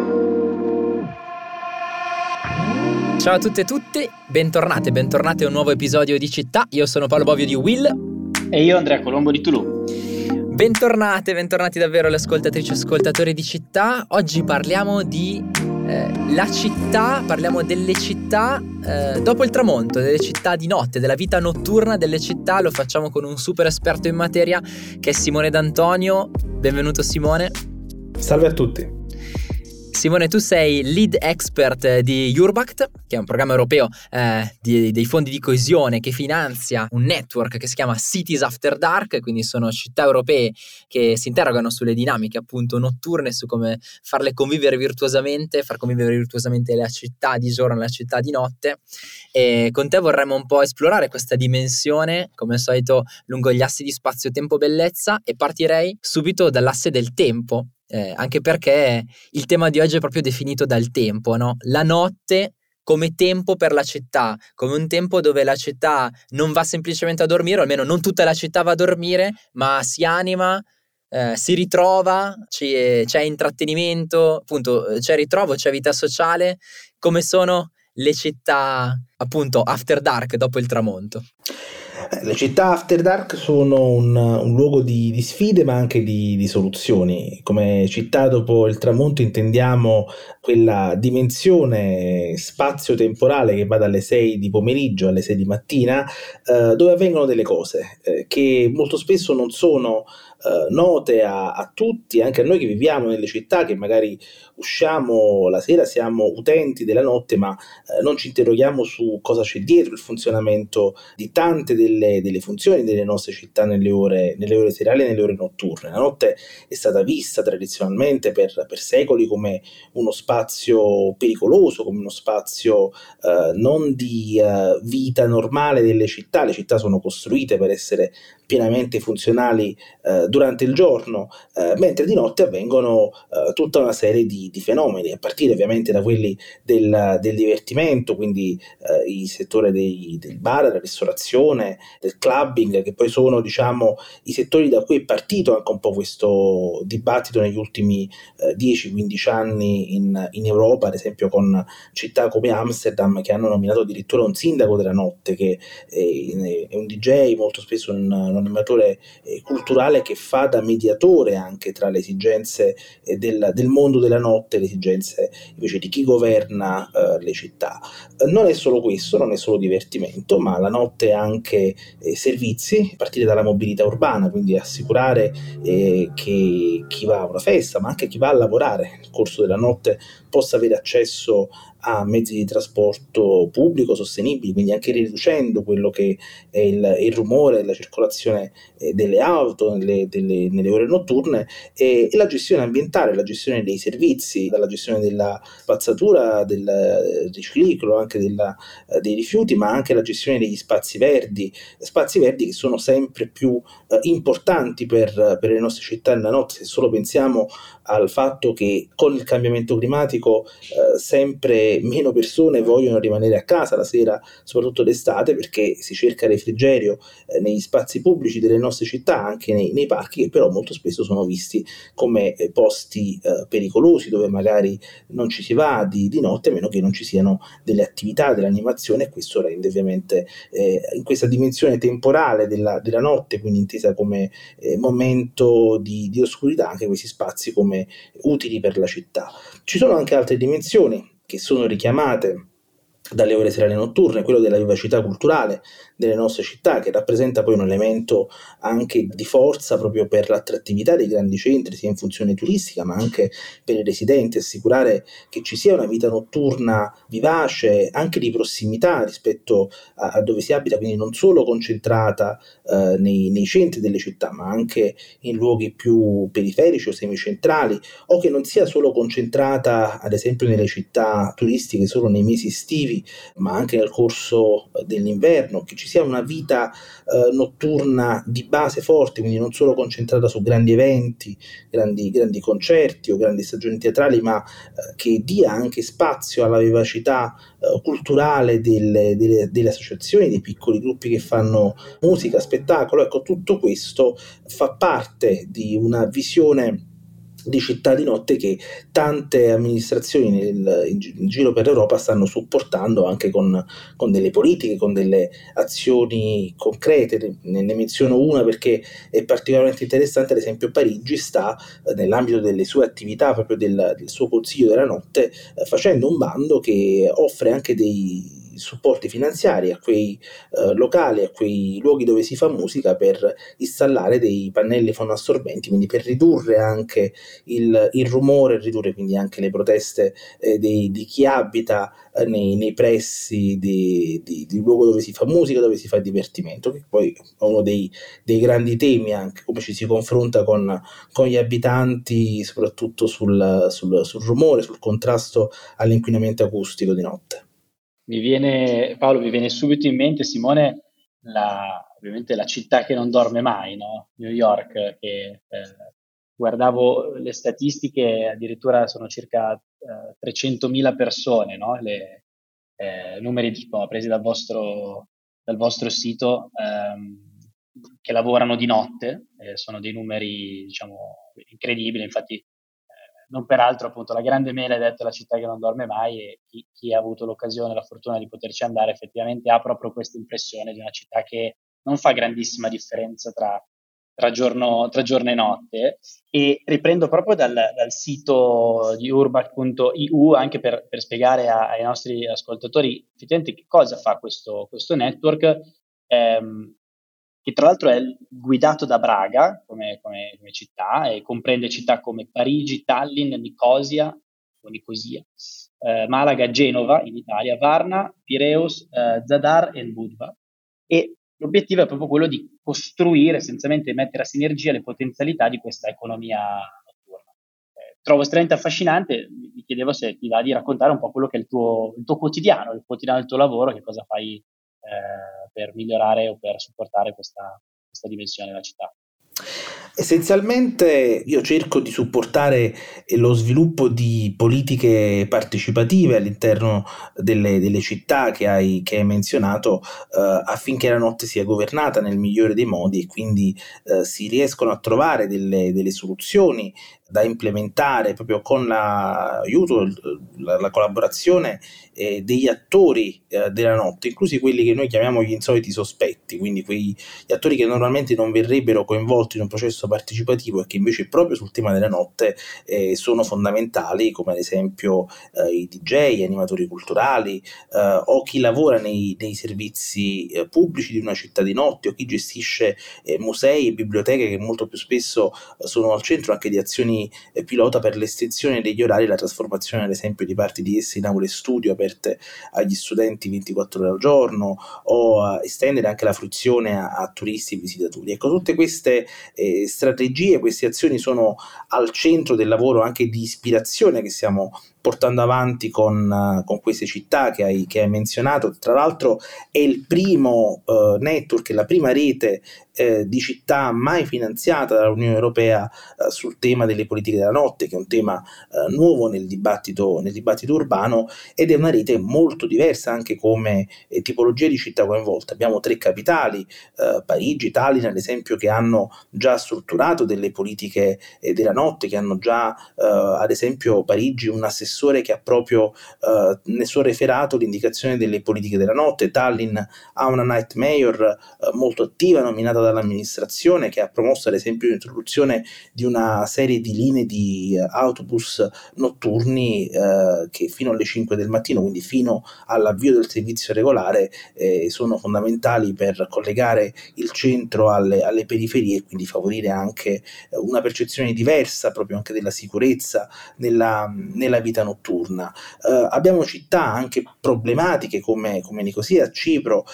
Ciao a tutte e tutti, bentornate a un nuovo episodio di Città. Io sono Paolo Bovio di Will. E io Andrea Colombo di Toulouse. Bentornati davvero le ascoltatrici e ascoltatori di Città. Oggi parliamo di la città, parliamo delle città dopo il tramonto, delle città di notte, della vita notturna delle città. Lo facciamo con un super esperto in materia che è Simone D'Antonio. Benvenuto Simone. Salve a tutti. Simone, tu sei lead expert di Urbact, che è un programma europeo dei fondi di coesione che finanzia un network che si chiama Cities After Dark, quindi sono città europee che si interrogano sulle dinamiche appunto notturne, su come farle convivere virtuosamente, far convivere virtuosamente la città di giorno e la città di notte. E con te vorremmo un po' esplorare questa dimensione, come al solito lungo gli assi di spazio, tempo, bellezza, e partirei subito dall'asse del tempo. Anche perché il tema di oggi è proprio definito dal tempo, no? La notte come tempo per la città, come un tempo dove la città non va semplicemente a dormire, o almeno non tutta la città va a dormire, ma si anima, si ritrova, c'è intrattenimento, appunto, c'è ritrovo, c'è vita sociale. Come sono le città appunto after dark, dopo il tramonto? Le città after dark sono un luogo di sfide, ma anche di soluzioni. Come città dopo il tramonto intendiamo quella dimensione spazio-temporale che va dalle 6 di pomeriggio alle 6 di mattina, dove avvengono delle cose che molto spesso non sono note a tutti, anche a noi che viviamo nelle città, che magari usciamo la sera, siamo utenti della notte, ma non ci interroghiamo su cosa c'è dietro il funzionamento di tante delle funzioni delle nostre città nelle ore serali e nelle ore notturne. La notte è stata vista tradizionalmente per secoli come uno spazio pericoloso, come uno spazio non di vita normale delle città. Le città sono costruite per essere pienamente funzionali durante il giorno, mentre di notte avvengono tutta una serie di fenomeni, a partire ovviamente da quelli del divertimento, quindi il settore del bar, della ristorazione, del clubbing, che poi sono, diciamo, i settori da cui è partito anche un po' questo dibattito negli ultimi 10-15 anni in Europa, ad esempio con città come Amsterdam, che hanno nominato addirittura un sindaco della notte, che è un DJ, molto spesso un animatore culturale, che fa da mediatore anche tra le esigenze del mondo della notte e le esigenze invece di chi governa le città. Non è solo questo, non è solo divertimento, ma la notte ha anche servizi, a partire dalla mobilità urbana, quindi assicurare che chi va a una festa, ma anche chi va a lavorare nel corso della notte, possa avere accesso a mezzi di trasporto pubblico sostenibili, quindi anche riducendo quello che è il rumore della circolazione delle auto nelle ore notturne, e la gestione ambientale, la gestione dei servizi, dalla gestione della spazzatura, del riciclo, anche dei rifiuti, ma anche la gestione degli spazi verdi che sono sempre più importanti per le nostre città nella notte. Se solo pensiamo al fatto che con il cambiamento climatico sempre meno persone vogliono rimanere a casa la sera, soprattutto d'estate, perché si cerca refrigerio negli spazi pubblici delle nostre città, anche nei parchi, che però molto spesso sono visti come posti pericolosi, dove magari non ci si va di notte, a meno che non ci siano delle attività, dell'animazione, e questo rende ovviamente in questa dimensione temporale della notte, quindi intesa come momento di oscurità, anche questi spazi come utili per la città. Ci sono anche altre dimensioni che sono richiamate dalle ore serali notturne, quello della vivacità culturale delle nostre città, che rappresenta poi un elemento anche di forza proprio per l'attrattività dei grandi centri, sia in funzione turistica ma anche per i residenti. Assicurare che ci sia una vita notturna vivace, anche di prossimità rispetto a dove si abita, quindi non solo concentrata nei centri delle città, ma anche in luoghi più periferici o semicentrali, o che non sia solo concentrata ad esempio nelle città turistiche solo nei mesi estivi, ma anche nel corso dell'inverno, che ci sia una vita notturna di base forte, quindi non solo concentrata su grandi eventi, grandi concerti o grandi stagioni teatrali, ma che dia anche spazio alla vivacità culturale delle associazioni, dei piccoli gruppi che fanno musica, spettacolo. Ecco, tutto questo fa parte di una visione di città di notte che tante amministrazioni in giro per l'Europa stanno supportando anche con delle politiche, con delle azioni concrete. Ne menziono una perché è particolarmente interessante. Ad esempio Parigi sta nell'ambito delle sue attività, proprio del suo Consiglio della notte, facendo un bando che offre anche dei supporti finanziari a quei locali, a quei luoghi dove si fa musica, per installare dei pannelli fonoassorbenti, quindi per ridurre anche il rumore, ridurre quindi anche le proteste di chi abita nei pressi di luogo dove si fa musica, dove si fa divertimento, che poi è uno dei grandi temi, anche come ci si confronta con gli abitanti, soprattutto sul rumore, sul contrasto all'inquinamento acustico di notte. Paolo, mi viene subito in mente, Simone, ovviamente la città che non dorme mai, no? New York, che guardavo le statistiche, addirittura sono circa 300.000 persone, no? Numeri presi dal vostro sito, che lavorano di notte, sono dei numeri, diciamo, incredibili. Infatti, non peraltro, appunto, la grande mela è detta la città che non dorme mai, e chi ha avuto l'occasione, la fortuna di poterci andare, effettivamente ha proprio questa impressione di una città che non fa grandissima differenza tra giorno e notte. E riprendo proprio dal sito di urbact.eu, anche per spiegare ai nostri ascoltatori effettivamente che cosa fa questo network, che tra l'altro è guidato da Braga come città, e comprende città come Parigi, Tallinn, Nicosia, Malaga, Genova in Italia, Varna, Pireus, Zadar e Budva. E l'obiettivo è proprio quello di costruire, essenzialmente mettere a sinergia le potenzialità di questa economia notturna. Trovo estremamente affascinante. Mi chiedevo se ti va di raccontare un po' quello che è il tuo quotidiano, del tuo lavoro, che cosa fai per migliorare o per supportare questa dimensione della città. Essenzialmente io cerco di supportare lo sviluppo di politiche partecipative all'interno delle città che hai menzionato, affinché la notte sia governata nel migliore dei modi, e quindi si riescono a trovare delle soluzioni da implementare proprio con l'aiuto, la collaborazione degli attori della notte, inclusi quelli che noi chiamiamo gli insoliti sospetti, quindi gli attori che normalmente non verrebbero coinvolti in un processo partecipativo e che invece proprio sul tema della notte sono fondamentali, come ad esempio i DJ, gli animatori culturali, o chi lavora nei servizi pubblici di una città di notte, o chi gestisce musei e biblioteche, che molto più spesso sono al centro anche di azioni pilota per l'estensione degli orari e la trasformazione, ad esempio, di parti di esse in aule studio aperte agli studenti 24 ore al giorno, o estendere anche la fruizione a turisti e visitatori. Ecco, tutte queste strategie, queste azioni sono al centro del lavoro anche di ispirazione che stiamo portando avanti con queste città che hai menzionato. Tra l'altro è il primo network, la prima rete di città mai finanziata dall'Unione Europea sul tema delle politiche della notte, che è un tema nuovo nel dibattito urbano, ed è una rete molto diversa anche come tipologia di città coinvolta. Abbiamo 3 capitali, Parigi, Tallinn ad esempio, che hanno già strutturato delle politiche della notte, che hanno già ad esempio Parigi un assessore che ha proprio nel suo referato l'indicazione delle politiche della notte. Tallinn ha una night mayor molto attiva, nominata dall'amministrazione, che ha promosso ad esempio l'introduzione di una serie di linee di autobus notturni che fino alle 5 del mattino, quindi fino all'avvio del servizio regolare, sono fondamentali per collegare il centro alle periferie, e quindi favorire anche una percezione diversa proprio anche della sicurezza nella vita notturna. Abbiamo città anche problematiche come Nicosia, Cipro,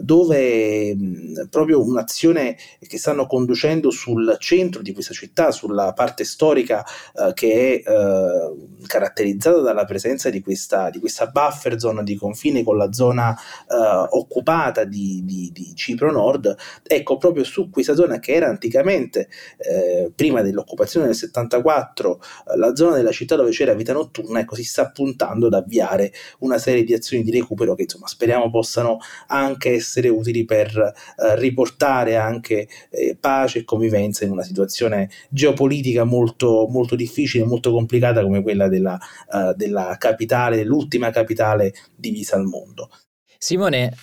dove proprio un'azione che stanno conducendo sul centro di questa città, sulla parte storica che è caratterizzata dalla presenza di questa buffer zone di confine con la zona occupata di Cipro Nord. Ecco, proprio su questa zona, che era anticamente prima dell'occupazione del 74 la zona della città dove c'era vita notturna, ecco, si sta puntando ad avviare una serie di azioni di recupero che insomma speriamo possano anche essere utili per riportare anche pace e convivenza in una situazione geopolitica molto, molto difficile, molto complicata come quella della capitale, dell'ultima capitale divisa al mondo. Simone,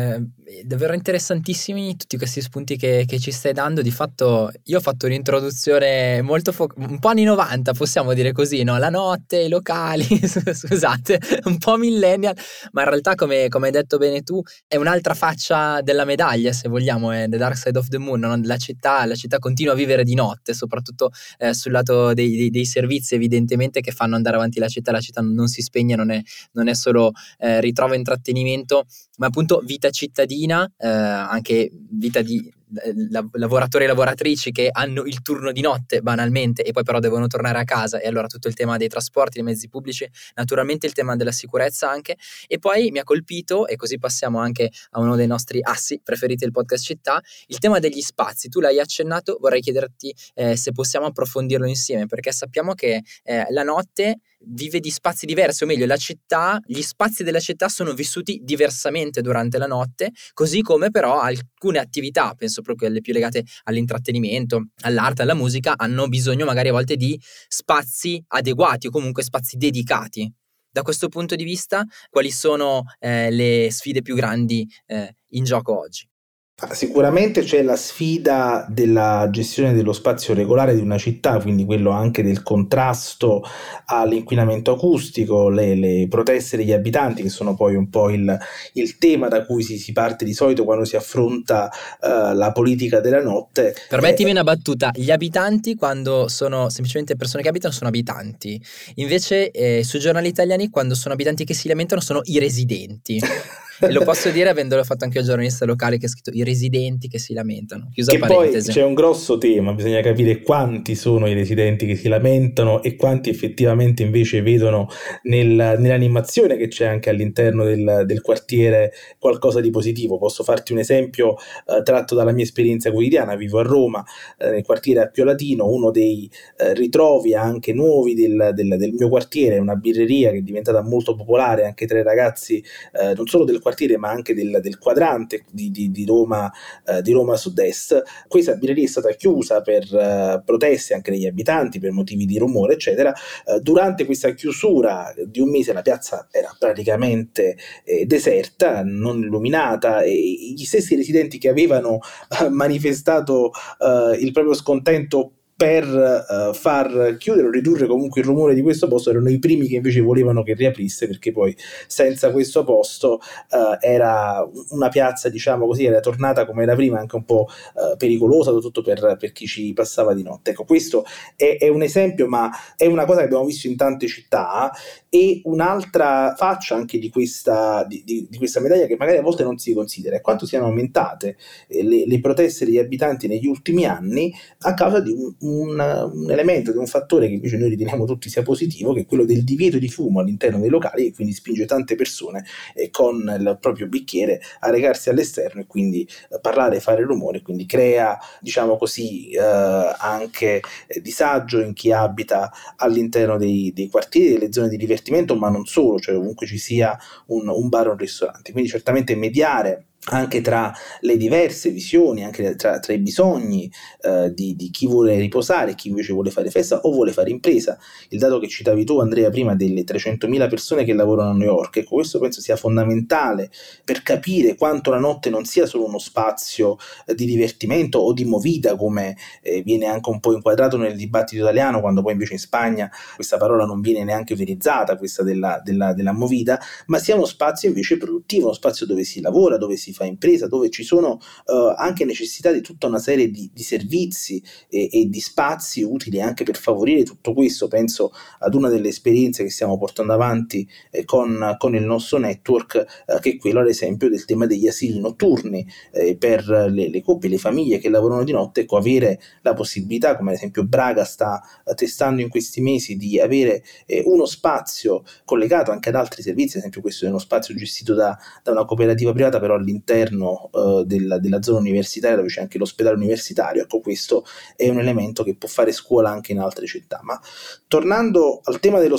davvero interessantissimi tutti questi spunti che ci stai dando. Di fatto io ho fatto un'introduzione molto un po' anni 90, possiamo dire così, no? La notte, i locali, scusate, un po' millennial, ma in realtà come hai detto bene tu è un'altra faccia della medaglia, se vogliamo, è The Dark Side of the Moon, no? La città continua a vivere di notte, soprattutto sul lato dei servizi evidentemente che fanno andare avanti la città non si spegne, non è solo ritrovo intrattenimento, ma appunto vita cittadina, anche vita di lavoratori e lavoratrici che hanno il turno di notte banalmente e poi però devono tornare a casa, e allora tutto il tema dei trasporti, dei mezzi pubblici, naturalmente il tema della sicurezza anche. E poi mi ha colpito, e così passiamo anche a uno dei nostri assi preferiti del podcast città, il tema degli spazi. Tu l'hai accennato, vorrei chiederti se possiamo approfondirlo insieme, perché sappiamo che la notte vive di spazi diversi, o meglio gli spazi della città sono vissuti diversamente durante la notte, così come però alcune attività, penso proprio alle più legate all'intrattenimento, all'arte, alla musica, hanno bisogno magari a volte di spazi adeguati o comunque spazi dedicati. Da questo punto di vista, quali sono le sfide più grandi in gioco oggi? Sicuramente c'è la sfida della gestione dello spazio regolare di una città, quindi quello anche del contrasto all'inquinamento acustico, le proteste degli abitanti, che sono poi un po' il tema da cui si parte di solito quando si affronta la politica della notte. Permettimi una battuta: gli abitanti, quando sono semplicemente persone che abitano, sono abitanti, invece sui giornali italiani, quando sono abitanti che si lamentano, sono i residenti. E lo posso dire avendolo fatto anche io giornalista locale, che ha scritto i residenti che si lamentano, chiusa che parentesi. Poi c'è un grosso tema, bisogna capire quanti sono i residenti che si lamentano e quanti effettivamente invece vedono nell'animazione che c'è anche all'interno del quartiere qualcosa di positivo. Posso farti un esempio tratto dalla mia esperienza quotidiana. Vivo a Roma, nel quartiere Appio Latino. Uno dei ritrovi anche nuovi del mio quartiere è una birreria che è diventata molto popolare anche tra i ragazzi non solo del quartiere ma anche del quadrante di Roma Sud-Est. Questa birreria è stata chiusa per proteste anche degli abitanti, per motivi di rumore eccetera. Durante questa chiusura di un mese la piazza era praticamente deserta, non illuminata, e gli stessi residenti che avevano manifestato il proprio scontento per far chiudere o ridurre comunque il rumore di questo posto erano i primi che invece volevano che riaprisse, perché poi senza questo posto era una piazza, diciamo così, era tornata come era prima, anche un po' pericolosa, soprattutto per chi ci passava di notte. Ecco, questo è un esempio, ma è una cosa che abbiamo visto in tante città. E un'altra faccia anche di questa medaglia, che magari a volte non si considera, è quanto siano aumentate le proteste degli abitanti negli ultimi anni a causa di un elemento, di un fattore che invece noi riteniamo tutti sia positivo, che è quello del divieto di fumo all'interno dei locali, e quindi spinge tante persone con il proprio bicchiere a recarsi all'esterno e quindi parlare, fare rumore, quindi crea, diciamo così, anche disagio in chi abita all'interno dei quartieri, delle zone di divertimento, ma non solo, cioè ovunque ci sia un bar o un ristorante. Quindi certamente mediare anche tra le diverse visioni, anche tra i bisogni di chi vuole riposare e chi invece vuole fare festa o vuole fare impresa. Il dato che citavi tu, Andrea, prima delle 300.000 persone che lavorano a New York, ecco, questo penso sia fondamentale per capire quanto la notte non sia solo uno spazio di divertimento o di movida, come viene anche un po' inquadrato nel dibattito italiano, quando poi invece in Spagna questa parola non viene neanche utilizzata, questa della movida, ma sia uno spazio invece produttivo, uno spazio dove si lavora, dove si fa impresa, dove ci sono anche necessità di tutta una serie di servizi e di spazi utili anche per favorire tutto questo. Penso ad una delle esperienze che stiamo portando avanti con il nostro network, che è quello ad esempio del tema degli asili notturni per le coppie, le famiglie che lavorano di notte. Ecco, avere la possibilità, come ad esempio Braga sta testando in questi mesi, di avere uno spazio collegato anche ad altri servizi. Ad esempio questo è uno spazio gestito da una cooperativa privata, però all'interno all'interno della zona universitaria, dove c'è anche l'ospedale universitario. Ecco, questo è un elemento che può fare scuola anche in altre città. Ma tornando al tema dello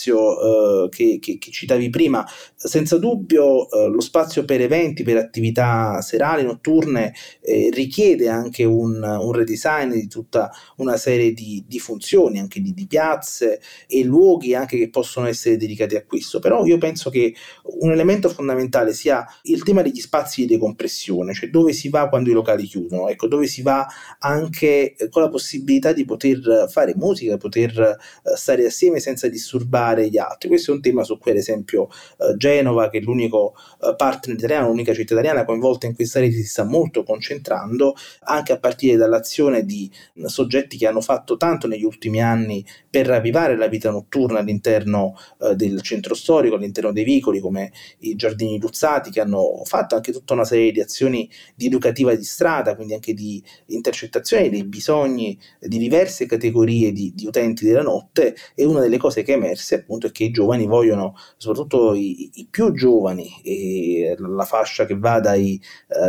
spazio che citavi prima, senza dubbio lo spazio per eventi, per attività serali, notturne, richiede anche un redesign di tutta una serie di funzioni, anche di piazze e luoghi anche che possono essere dedicati a questo. Però io penso che un elemento fondamentale sia il tema degli spazi di decompressione, cioè dove si va quando i locali chiudono, ecco, dove si va anche con la possibilità di poter fare musica, poter stare assieme senza disturbare gli altri. Questo è un tema su cui ad esempio Genova, che è l'unico partner italiano, l'unica città italiana coinvolta in questa rete, si sta molto concentrando, anche a partire dall'azione di soggetti che hanno fatto tanto negli ultimi anni per ravvivare la vita notturna all'interno del centro storico, all'interno dei vicoli, come i Giardini Luzzati, che hanno fatto anche tutta una serie di azioni di educativa di strada, quindi anche di intercettazione dei bisogni di diverse categorie di utenti della notte. E una delle cose che è emerse appunto è che i giovani vogliono, soprattutto i più giovani, e la fascia che va dai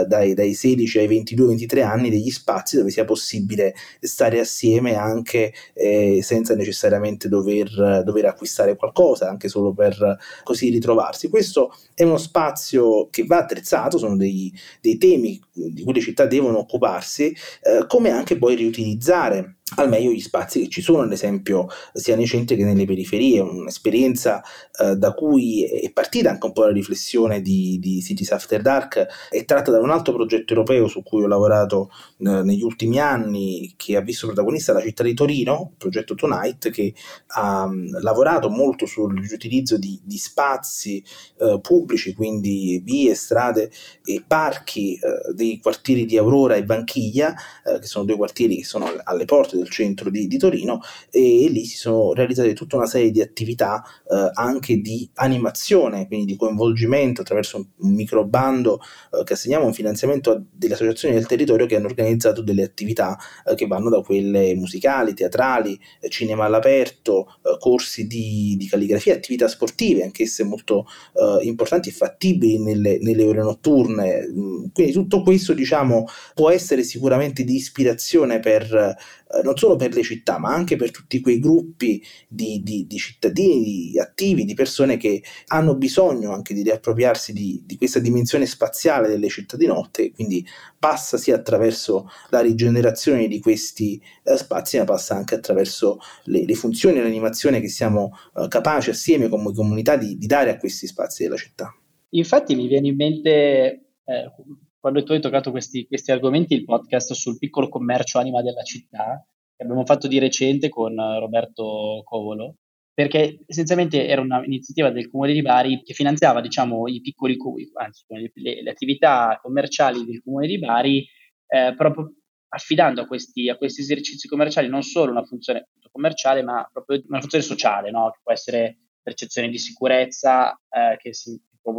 16 ai 22-23 anni, degli spazi dove sia possibile stare assieme anche senza necessariamente dover acquistare qualcosa, anche solo per così ritrovarsi. Questo è uno spazio che va attrezzato, sono dei temi di cui le città devono occuparsi, come anche poi riutilizzare al meglio gli spazi che ci sono, ad esempio sia nei centri che nelle periferie. Un'esperienza da cui è partita anche un po' la riflessione di Cities After Dark, è tratta da un altro progetto europeo su cui ho lavorato negli ultimi anni, che ha visto protagonista la città di Torino, il progetto Tonight, che ha lavorato molto sul riutilizzo di spazi pubblici, quindi vie, strade e parchi dei quartieri di Aurora e Vanchiglia, che sono due quartieri che sono alle porte del centro di Torino, e lì si sono realizzate tutta una serie di attività anche di animazione, quindi di coinvolgimento attraverso un microbando che assegniamo un finanziamento a delle associazioni del territorio che hanno organizzato delle attività che vanno da quelle musicali, teatrali, cinema all'aperto, corsi di calligrafia, attività sportive, anch'esse molto importanti e fattibili nelle ore notturne. Quindi tutto questo, diciamo, può essere sicuramente di ispirazione per non solo per le città, ma anche per tutti quei gruppi di cittadini, di attivi, di persone che hanno bisogno anche di riappropriarsi di questa dimensione spaziale delle città di notte. Quindi passa sia attraverso la rigenerazione di questi spazi, ma passa anche attraverso le funzioni e l'animazione che siamo capaci assieme come comunità di dare a questi spazi della città. Infatti mi viene in mente, quando tu hai toccato questi argomenti, il podcast sul piccolo commercio anima della città, che abbiamo fatto di recente con Roberto Covolo, perché essenzialmente era un'iniziativa del Comune di Bari che finanziava, diciamo, i piccoli, anzi, le attività commerciali del Comune di Bari, proprio affidando a questi esercizi commerciali non solo una funzione commerciale, ma proprio una funzione sociale, no? Che può essere percezione di sicurezza, che può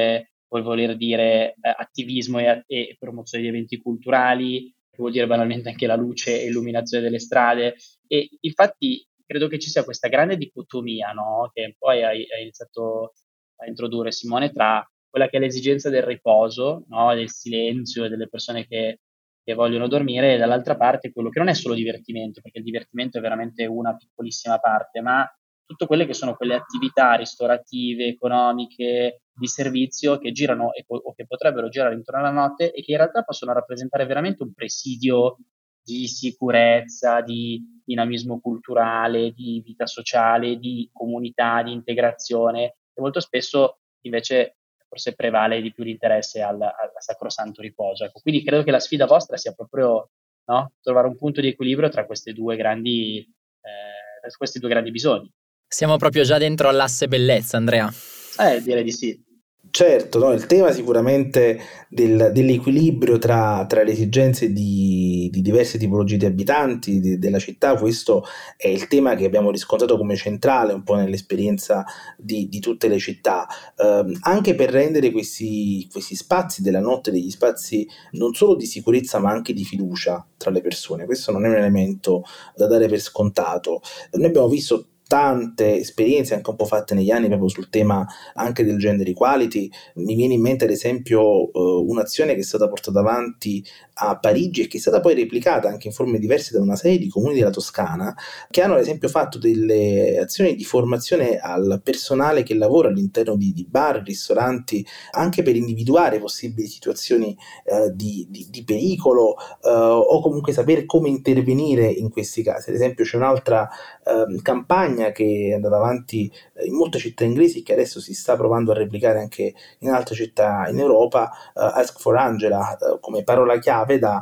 voler dire attivismo e promozione di eventi culturali, che vuol dire banalmente anche la luce e illuminazione delle strade. E infatti credo che ci sia questa grande dicotomia, no? Che poi hai iniziato a introdurre, Simone, tra quella che è l'esigenza del riposo, no? Del silenzio e delle persone che vogliono dormire, e dall'altra parte quello che non è solo divertimento, perché il divertimento è veramente una piccolissima parte, ma tutte quelle che sono quelle attività ristorative, economiche, di servizio che girano o che potrebbero girare intorno alla notte e che in realtà possono rappresentare veramente un presidio di sicurezza, di dinamismo culturale, di vita sociale, di comunità, di integrazione, e molto spesso invece forse prevale di più l'interesse al sacrosanto riposo. Ecco, quindi credo che la sfida vostra sia proprio, no? Trovare un punto di equilibrio tra questi due grandi bisogni. Siamo proprio già dentro all'asse bellezza, Andrea. Direi di sì. Certo, no, il tema sicuramente dell'equilibrio tra le esigenze di diverse tipologie di abitanti della città, questo è il tema che abbiamo riscontrato come centrale un po' nell'esperienza di tutte le città, anche per rendere questi spazi della notte degli spazi non solo di sicurezza ma anche di fiducia tra le persone. Questo non è un elemento da dare per scontato. Noi abbiamo visto tante esperienze anche un po' fatte negli anni proprio sul tema anche del gender equality. Mi viene in mente ad esempio un'azione che è stata portata avanti a Parigi e che è stata poi replicata anche in forme diverse da una serie di comuni della Toscana, che hanno ad esempio fatto delle azioni di formazione al personale che lavora all'interno di bar, ristoranti, anche per individuare possibili situazioni di pericolo o comunque sapere come intervenire in questi casi. Ad esempio c'è un'altra campagna che è andata avanti in molte città inglesi, che adesso si sta provando a replicare anche in altre città in Europa, Ask for Angela, come parola chiave da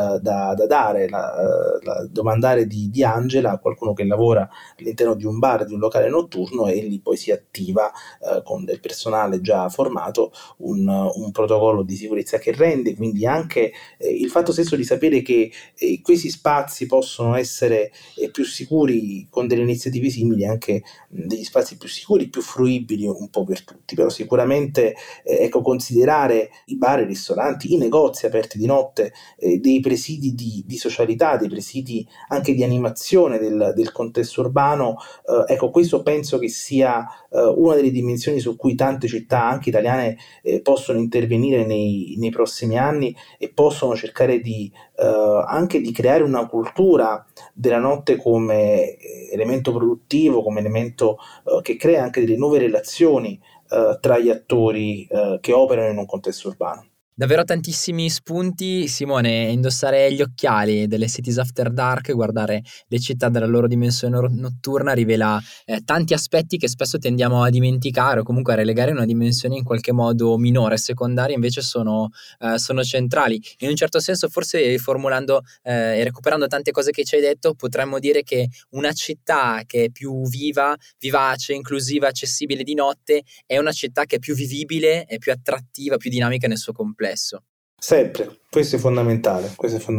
dare, domandare di Angela a qualcuno che lavora all'interno di un bar, di un locale notturno, e lì poi si attiva con del personale già formato un protocollo di sicurezza che rende quindi anche il fatto stesso di sapere che questi spazi possono essere più sicuri con delle iniziative simili, anche degli spazi più sicuri, più fruibili un po' per tutti. Però sicuramente ecco, considerare i bar, i ristoranti, i negozi aperti di notte dei presidi di socialità, dei presidi anche di animazione del contesto urbano, ecco, questo penso che sia una delle dimensioni su cui tante città anche italiane possono intervenire nei prossimi anni e possono cercare anche di creare una cultura della notte come elemento produttivo, come elemento che crea anche delle nuove relazioni tra gli attori che operano in un contesto urbano. Davvero tantissimi spunti, Simone. Indossare gli occhiali delle Cities After Dark, guardare le città dalla loro dimensione notturna rivela tanti aspetti che spesso tendiamo a dimenticare o comunque a relegare in una dimensione in qualche modo minore, secondaria, invece sono centrali. In un certo senso, forse formulando e recuperando tante cose che ci hai detto, potremmo dire che una città che è più viva, vivace, inclusiva, accessibile di notte è una città che è più vivibile, è più attrattiva, più dinamica nel suo complesso. Sempre, questo è fondamentale.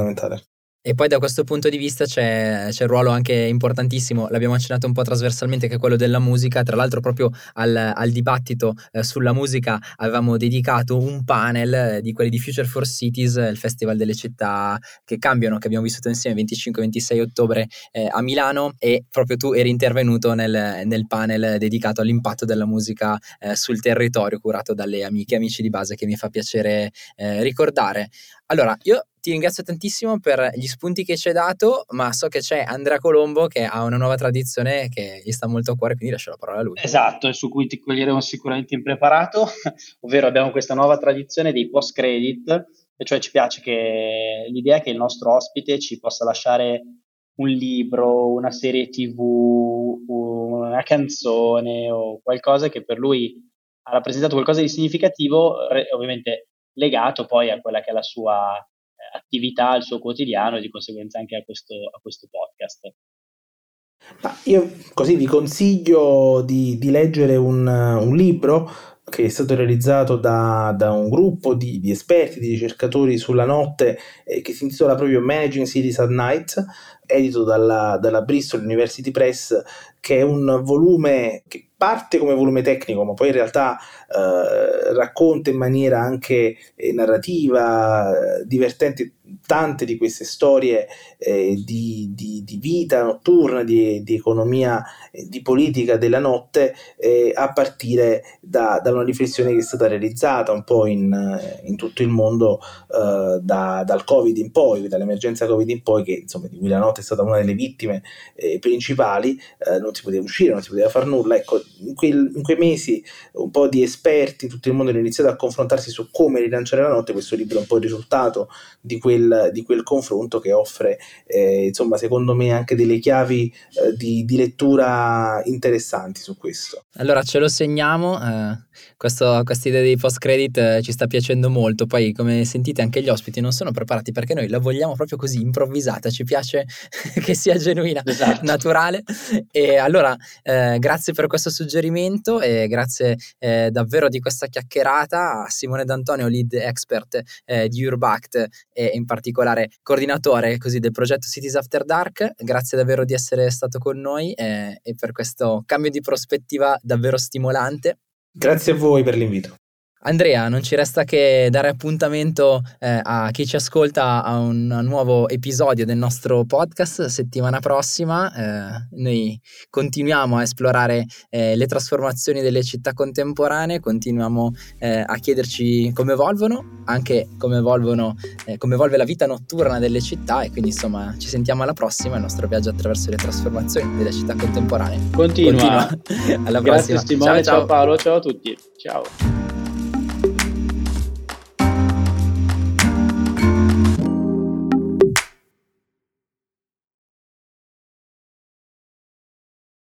E poi da questo punto di vista c'è il ruolo anche importantissimo, l'abbiamo accennato un po' trasversalmente, che è quello della musica. Tra l'altro proprio al dibattito sulla musica avevamo dedicato un panel di quelli di Future for Cities, il festival delle città che cambiano, che abbiamo vissuto insieme 25-26 ottobre a Milano, e proprio tu eri intervenuto nel panel dedicato all'impatto della musica sul territorio, curato dalle amiche e amici di base, che mi fa piacere ricordare. Allora, io ti ringrazio tantissimo per gli spunti che ci hai dato, ma so che c'è Andrea Colombo che ha una nuova tradizione che gli sta molto a cuore, quindi lascio la parola a lui. Esatto, e su cui ti coglieremo sicuramente impreparato, ovvero abbiamo questa nuova tradizione dei post-credit, e cioè ci piace che l'idea è che il nostro ospite ci possa lasciare un libro, una serie TV, una canzone o qualcosa che per lui ha rappresentato qualcosa di significativo, ovviamente legato poi a quella che è la sua attività, al suo quotidiano, e di conseguenza anche a questo podcast. Ma io così vi consiglio di leggere un libro che è stato realizzato da un gruppo di esperti, di ricercatori sulla notte, che si intitola proprio Managing Cities at Night, edito dalla Bristol University Press, che è un volume che parte come volume tecnico, ma poi in realtà racconta in maniera anche narrativa, divertente, tante di queste storie di vita notturna, di economia, di politica della notte, a partire da una riflessione che è stata realizzata un po' in tutto il mondo dal Covid in poi, dall'emergenza Covid in poi, che insomma di cui la notte è stata una delle vittime principali. Non si poteva uscire, non si poteva far nulla. Ecco, in quei mesi un po' di esperti in tutto il mondo hanno iniziato a confrontarsi su come rilanciare la notte. Questo libro è un po' il risultato di quel confronto, che offre insomma secondo me anche delle chiavi di lettura interessanti su questo. Allora ce lo segniamo, questa idea dei post credit ci sta piacendo molto. Poi, come sentite, anche gli ospiti non sono preparati, perché noi la vogliamo proprio così, improvvisata, ci piace che sia genuina, esatto, naturale. E allora grazie per questo suggerimento e grazie davvero di questa chiacchierata a Simone D'Antonio, lead expert di Urbact e in particolare coordinatore così del progetto Cities After Dark. Grazie davvero di essere stato con noi e per questo cambio di prospettiva davvero stimolante. Grazie a voi per l'invito. Andrea, non ci resta che dare appuntamento a chi ci ascolta a un nuovo episodio del nostro podcast. Settimana prossima noi continuiamo a esplorare le trasformazioni delle città contemporanee, continuiamo a chiederci come evolvono, anche come evolve la vita notturna delle città, e quindi insomma ci sentiamo alla prossima, il nostro viaggio attraverso le trasformazioni delle città contemporanee. Continua. Alla Grazie prossima. Simone, Ciao. Paolo, ciao a tutti. Ciao.